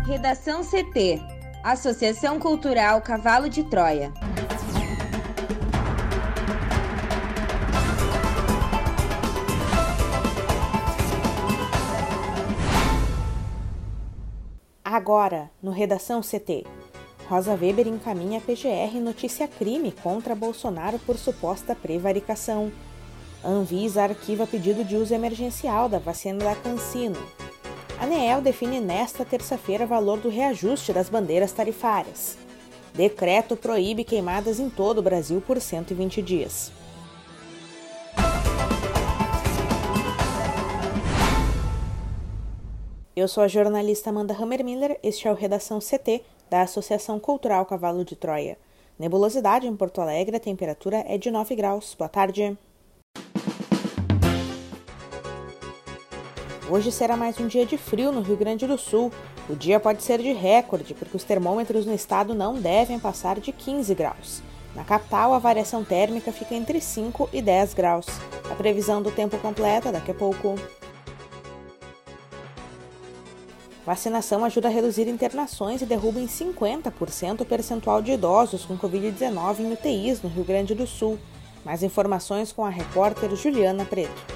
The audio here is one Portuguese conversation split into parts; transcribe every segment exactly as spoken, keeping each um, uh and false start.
Redação C T, Associação Cultural Cavalo de Troia. Agora, no Redação C T, Rosa Weber encaminha P G R notícia crime contra Bolsonaro por suposta prevaricação. Anvisa arquiva pedido de uso emergencial da vacina da CanSino. A ANEEL define nesta terça-feira valor do reajuste das bandeiras tarifárias. Decreto proíbe queimadas em todo o Brasil por cento e vinte dias. Eu sou a jornalista Amanda Hammermiller, este é o Redação C T, da Associação Cultural Cavalo de Troia. Nebulosidade em Porto Alegre, a temperatura é de nove graus. Boa tarde. Hoje será mais um dia de frio no Rio Grande do Sul. O dia pode ser de recorde, porque os termômetros no estado não devem passar de quinze graus. Na capital, a variação térmica fica entre cinco e dez graus. A previsão do tempo completa daqui a pouco. Vacinação ajuda a reduzir internações e derruba em cinquenta por cento o percentual de idosos com covid dezenove em U T Is no Rio Grande do Sul. Mais informações com a repórter Juliana Preto.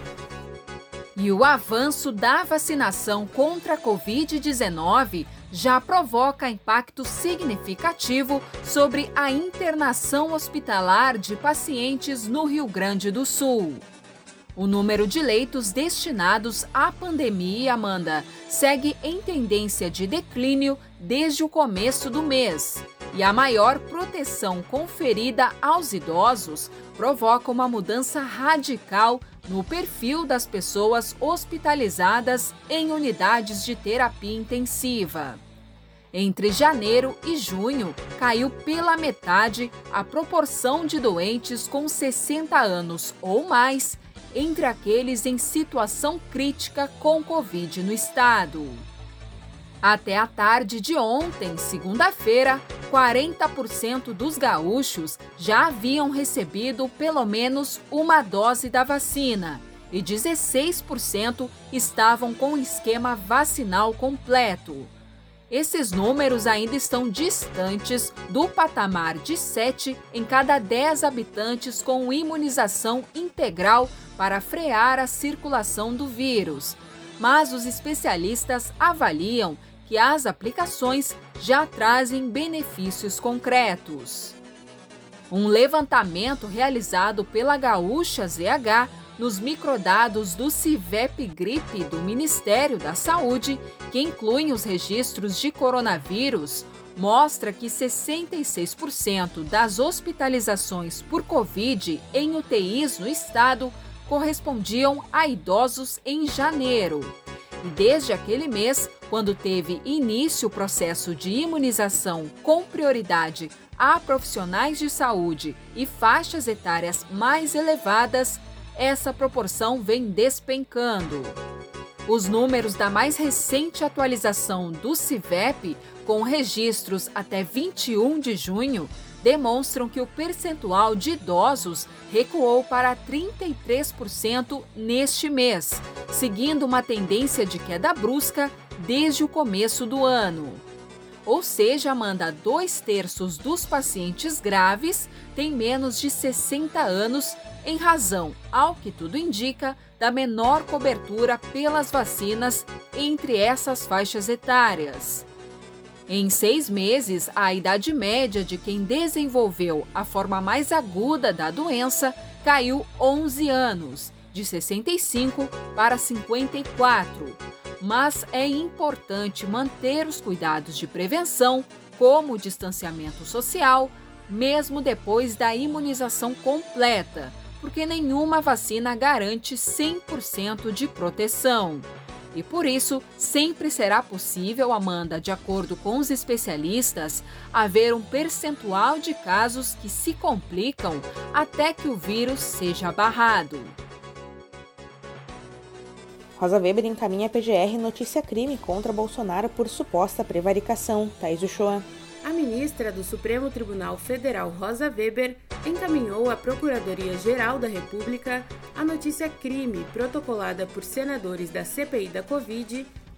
E o avanço da vacinação contra a covid dezenove já provoca impacto significativo sobre a internação hospitalar de pacientes no Rio Grande do Sul. O número de leitos destinados à pandemia, Amanda, segue em tendência de declínio desde o começo do mês. E a maior proteção conferida aos idosos provoca uma mudança radical no perfil das pessoas hospitalizadas em unidades de terapia intensiva. Entre janeiro e junho, caiu pela metade a proporção de doentes com sessenta anos ou mais entre aqueles em situação crítica com Covid no estado. Até a tarde de ontem, segunda-feira, quarenta por cento dos gaúchos já haviam recebido pelo menos uma dose da vacina e dezesseis por cento estavam com o esquema vacinal completo. Esses números ainda estão distantes do patamar de sete em cada dez habitantes com imunização integral para frear a circulação do vírus. Mas os especialistas avaliam que as aplicações já trazem benefícios concretos. Um levantamento realizado pela Gaúcha Z H nos microdados do CIVEP Gripe do Ministério da Saúde, que incluem os registros de coronavírus, mostra que sessenta e seis por cento das hospitalizações por Covid em U T Is no estado correspondiam a idosos em janeiro. E desde aquele mês, quando teve início o processo de imunização com prioridade a profissionais de saúde e faixas etárias mais elevadas, essa proporção vem despencando. Os números da mais recente atualização do CIVEP, com registros até vinte e um de junho, demonstram que o percentual de idosos recuou para trinta e três por cento neste mês, seguindo uma tendência de queda brusca desde o começo do ano. Ou seja, Amanda, dois terços dos pacientes graves têm menos de sessenta anos, em razão, ao que tudo indica, da menor cobertura pelas vacinas entre essas faixas etárias. Em seis meses, a idade média de quem desenvolveu a forma mais aguda da doença caiu onze anos, de sessenta e cinco para cinquenta e quatro. Mas é importante manter os cuidados de prevenção, como o distanciamento social, mesmo depois da imunização completa, porque nenhuma vacina garante cem por cento de proteção. E por isso, sempre será possível, Amanda, de acordo com os especialistas, haver um percentual de casos que se complicam até que o vírus seja barrado. Rosa Weber encaminha a P G R notícia crime contra Bolsonaro por suposta prevaricação. Thaís Uchoa. A ministra do Supremo Tribunal Federal, Rosa Weber, encaminhou à Procuradoria-Geral da República a notícia crime protocolada por senadores da C P I da Covid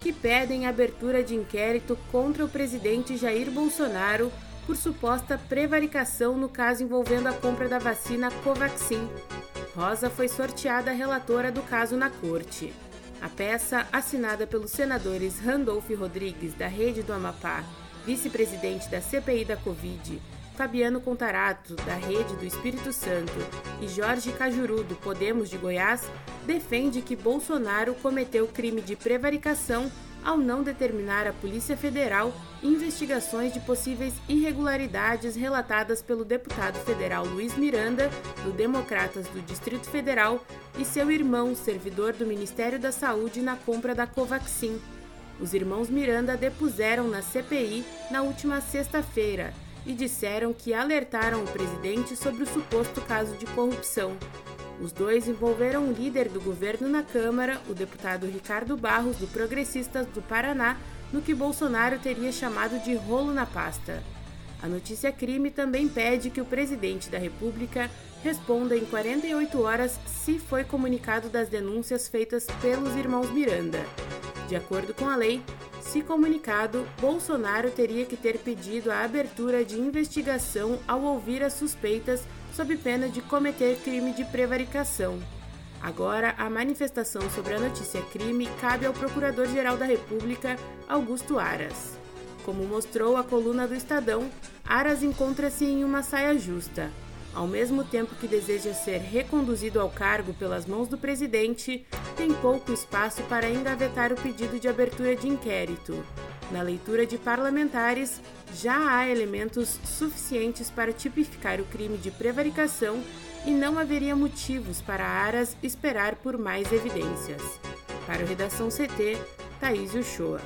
que pedem a abertura de inquérito contra o presidente Jair Bolsonaro por suposta prevaricação no caso envolvendo a compra da vacina Covaxin. Rosa foi sorteada relatora do caso na corte. A peça, assinada pelos senadores Randolfo Rodrigues, da Rede do Amapá, vice-presidente da C P I da Covid, Fabiano Contarato, da Rede do Espírito Santo, e Jorge Cajuru, do Podemos de Goiás, defende que Bolsonaro cometeu crime de prevaricação ao não determinar à Polícia Federal investigações de possíveis irregularidades relatadas pelo deputado federal Luiz Miranda, do Democratas do Distrito Federal, e seu irmão, servidor do Ministério da Saúde, na compra da Covaxin. Os irmãos Miranda depuseram na C P I na última sexta-feira e disseram que alertaram o presidente sobre o suposto caso de corrupção. Os dois envolveram o líder do governo na Câmara, o deputado Ricardo Barros, do Progressistas do Paraná, no que Bolsonaro teria chamado de rolo na pasta. A notícia crime também pede que o presidente da República responda em quarenta e oito horas se foi comunicado das denúncias feitas pelos irmãos Miranda. De acordo com a lei, se comunicado, Bolsonaro teria que ter pedido a abertura de investigação ao ouvir as suspeitas sob pena de cometer crime de prevaricação. Agora, a manifestação sobre a notícia crime cabe ao Procurador-Geral da República, Augusto Aras. Como mostrou a coluna do Estadão, Aras encontra-se em uma saia justa. Ao mesmo tempo que deseja ser reconduzido ao cargo pelas mãos do presidente, tem pouco espaço para engavetar o pedido de abertura de inquérito. Na leitura de parlamentares, já há elementos suficientes para tipificar o crime de prevaricação e não haveria motivos para Aras esperar por mais evidências. Para o Redação C T, Thaís Uchoa.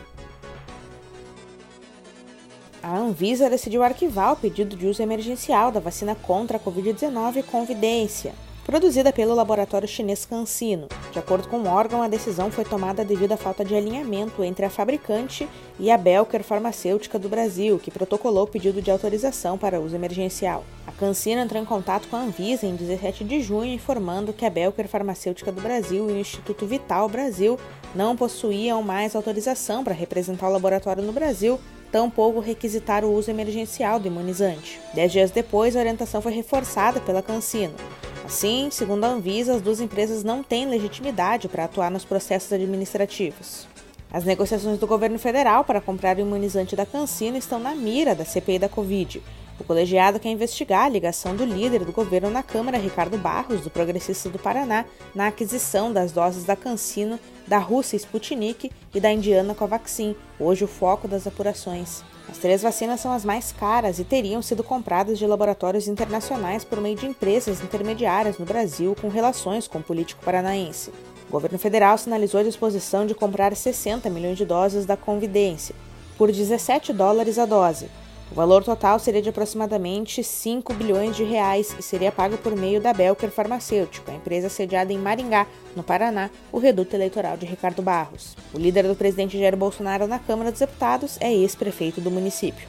A Anvisa decidiu arquivar o pedido de uso emergencial da vacina contra a covid dezenove Convidência, produzida pelo laboratório chinês CanSino. De acordo com o órgão, a decisão foi tomada devido à falta de alinhamento entre a fabricante e a Belker Farmacêutica do Brasil, que protocolou o pedido de autorização para uso emergencial. A CanSino entrou em contato com a Anvisa em dezessete de junho, informando que a Belker Farmacêutica do Brasil e o Instituto Vital Brasil não possuíam mais autorização para representar o laboratório no Brasil, tampouco requisitar o uso emergencial do imunizante. Dez dias depois, a orientação foi reforçada pela CanSino. Assim, segundo a Anvisa, as duas empresas não têm legitimidade para atuar nos processos administrativos. As negociações do governo federal para comprar o imunizante da CanSino estão na mira da C P I da Covid. O colegiado quer investigar a ligação do líder do governo na Câmara, Ricardo Barros, do Progressista do Paraná, na aquisição das doses da CanSino, da Rússia Sputnik e da indiana Covaxin, hoje o foco das apurações. As três vacinas são as mais caras e teriam sido compradas de laboratórios internacionais por meio de empresas intermediárias no Brasil com relações com o político paranaense. O governo federal sinalizou a disposição de comprar sessenta milhões de doses da Convidência, por dezessete dólares a dose. O valor total seria de aproximadamente cinco bilhões de reais e seria pago por meio da Belker Farmacêutica, a empresa sediada em Maringá, no Paraná, o reduto eleitoral de Ricardo Barros. O líder do presidente Jair Bolsonaro na Câmara dos Deputados é ex-prefeito do município.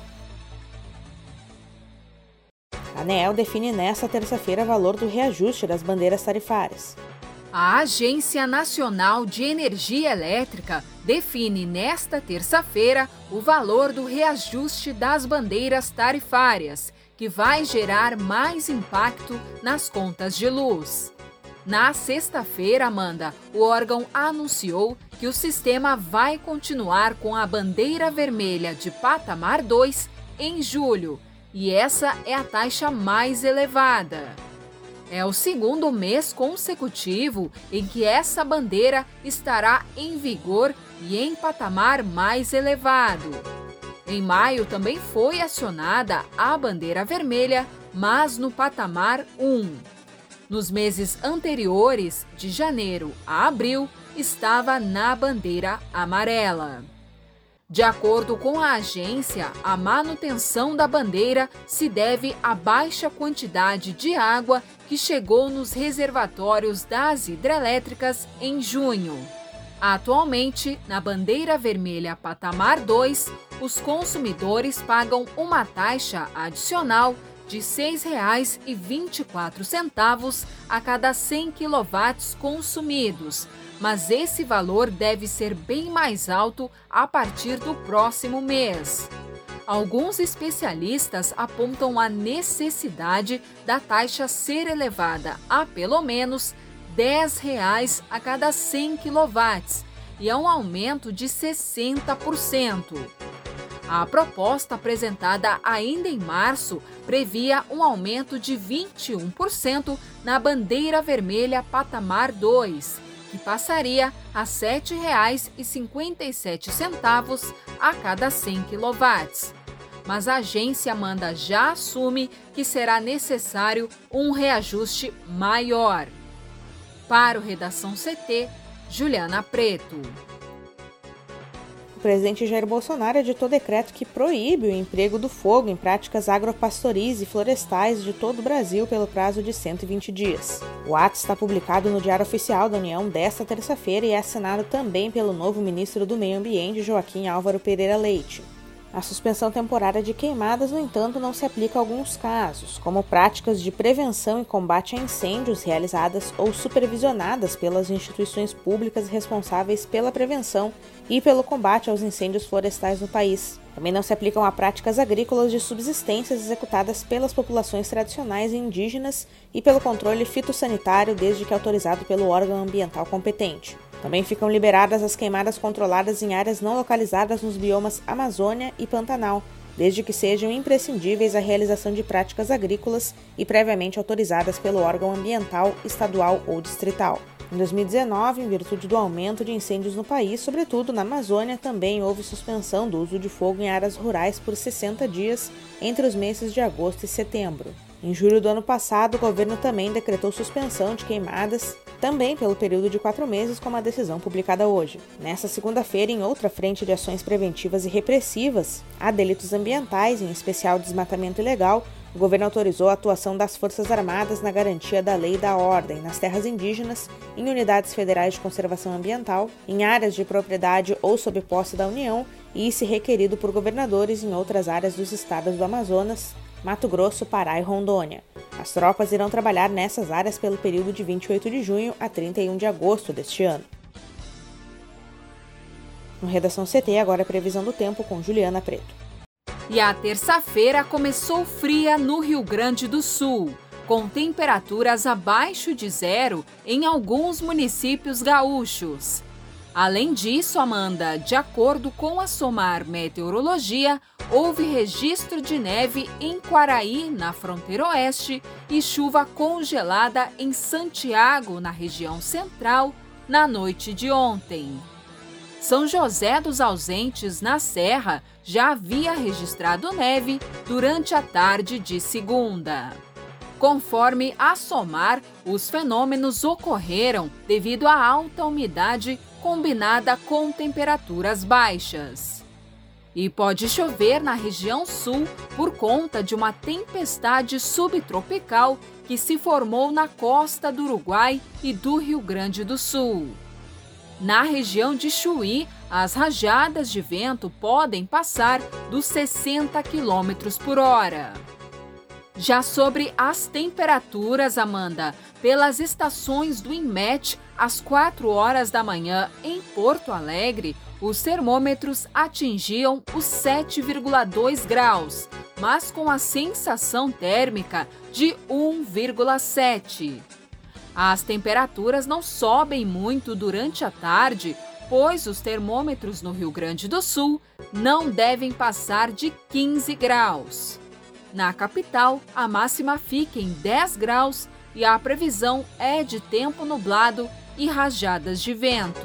A ANEEL define nesta terça-feira o valor do reajuste das bandeiras tarifárias. A Agência Nacional de Energia Elétrica define nesta terça-feira o valor do reajuste das bandeiras tarifárias, que vai gerar mais impacto nas contas de luz. Na sexta-feira, Amanda, o órgão anunciou que o sistema vai continuar com a bandeira vermelha de patamar dois em julho, e essa é a taxa mais elevada. É o segundo mês consecutivo em que essa bandeira estará em vigor e em patamar mais elevado. Em maio também foi acionada a bandeira vermelha, mas no patamar um. Nos meses anteriores, de janeiro a abril, estava na bandeira amarela. De acordo com a agência, a manutenção da bandeira se deve à baixa quantidade de água que chegou nos reservatórios das hidrelétricas em junho. Atualmente, na bandeira vermelha patamar dois, os consumidores pagam uma taxa adicional de seis reais e vinte e quatro centavos a cada cem quilowatts consumidos, mas esse valor deve ser bem mais alto a partir do próximo mês. Alguns especialistas apontam a necessidade da taxa ser elevada a pelo menos dez reais a cada cem quilowatts e a um aumento de sessenta por cento. A proposta apresentada ainda em março previa um aumento de vinte e um por cento na bandeira vermelha patamar dois, que passaria a sete reais e cinquenta e sete centavos a cada cem quilowatts. Mas a agência Amanda já assume que será necessário um reajuste maior. Para o Redação C T, Juliana Preto. O presidente Jair Bolsonaro editou decreto que proíbe o emprego do fogo em práticas agropastoris e florestais de todo o Brasil pelo prazo de cento e vinte dias. O ato está publicado no Diário Oficial da União desta terça-feira e é assinado também pelo novo ministro do Meio Ambiente, Joaquim Álvaro Pereira Leite. A suspensão temporária de queimadas, no entanto, não se aplica a alguns casos, como práticas de prevenção e combate a incêndios realizadas ou supervisionadas pelas instituições públicas responsáveis pela prevenção e pelo combate aos incêndios florestais no país. Também não se aplicam a práticas agrícolas de subsistências executadas pelas populações tradicionais e indígenas e pelo controle fitossanitário, desde que autorizado pelo órgão ambiental competente. Também ficam liberadas as queimadas controladas em áreas não localizadas nos biomas Amazônia e Pantanal, desde que sejam imprescindíveis à realização de práticas agrícolas e previamente autorizadas pelo órgão ambiental, estadual ou distrital. Em dois mil e dezenove, em virtude do aumento de incêndios no país, sobretudo na Amazônia, também houve suspensão do uso de fogo em áreas rurais por sessenta dias entre os meses de agosto e setembro. Em julho do ano passado, o governo também decretou suspensão de queimadas, também pelo período de quatro meses, como a decisão publicada hoje. Nesta segunda-feira, em outra frente de ações preventivas e repressivas a delitos ambientais, em especial desmatamento ilegal, o governo autorizou a atuação das Forças Armadas na garantia da lei e da ordem nas terras indígenas, em unidades federais de conservação ambiental, em áreas de propriedade ou sob posse da União e, se requerido por governadores, em outras áreas dos estados do Amazonas, Mato Grosso, Pará e Rondônia. As tropas irão trabalhar nessas áreas pelo período de vinte e oito de junho a trinta e um de agosto deste ano. No Redação C T, agora a previsão do tempo com Juliana Preto. E a terça-feira começou fria no Rio Grande do Sul, com temperaturas abaixo de zero em alguns municípios gaúchos. Além disso, Amanda, de acordo com a SOMAR Meteorologia, houve registro de neve em Quaraí, na fronteira oeste, e chuva congelada em Santiago, na região central, na noite de ontem. São José dos Ausentes, na Serra, já havia registrado neve durante a tarde de segunda. Conforme a SOMAR, os fenômenos ocorreram devido à alta umidade combinada com temperaturas baixas. E pode chover na região sul por conta de uma tempestade subtropical que se formou na costa do Uruguai e do Rio Grande do Sul. Na região de Chuí, as rajadas de vento podem passar dos sessenta quilômetros por hora. Já sobre as temperaturas, Amanda, pelas estações do INMET, às quatro horas da manhã em Porto Alegre, os termômetros atingiam os sete vírgula dois graus, mas com a sensação térmica de um vírgula sete. As temperaturas não sobem muito durante a tarde, pois os termômetros no Rio Grande do Sul não devem passar de quinze graus. Na capital, a máxima fica em dez graus e a previsão é de tempo nublado e rajadas de vento.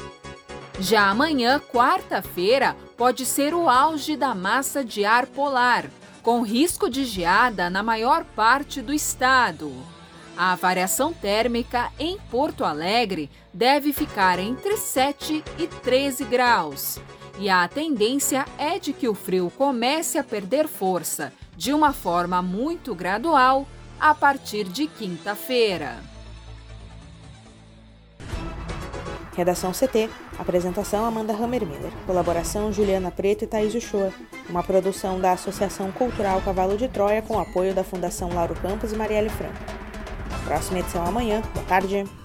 Já amanhã, quarta-feira, pode ser o auge da massa de ar polar, com risco de geada na maior parte do estado. A variação térmica em Porto Alegre deve ficar entre sete e treze graus. E a tendência é de que o frio comece a perder força, de uma forma muito gradual, a partir de quinta-feira. Redação C T. Apresentação Amanda Hammermiller. Colaboração Juliana Preto e Thaís Uchoa. Uma produção da Associação Cultural Cavalo de Troia com apoio da Fundação Lauro Campos e Marielle Franco. Próxima edição amanhã. Boa tarde.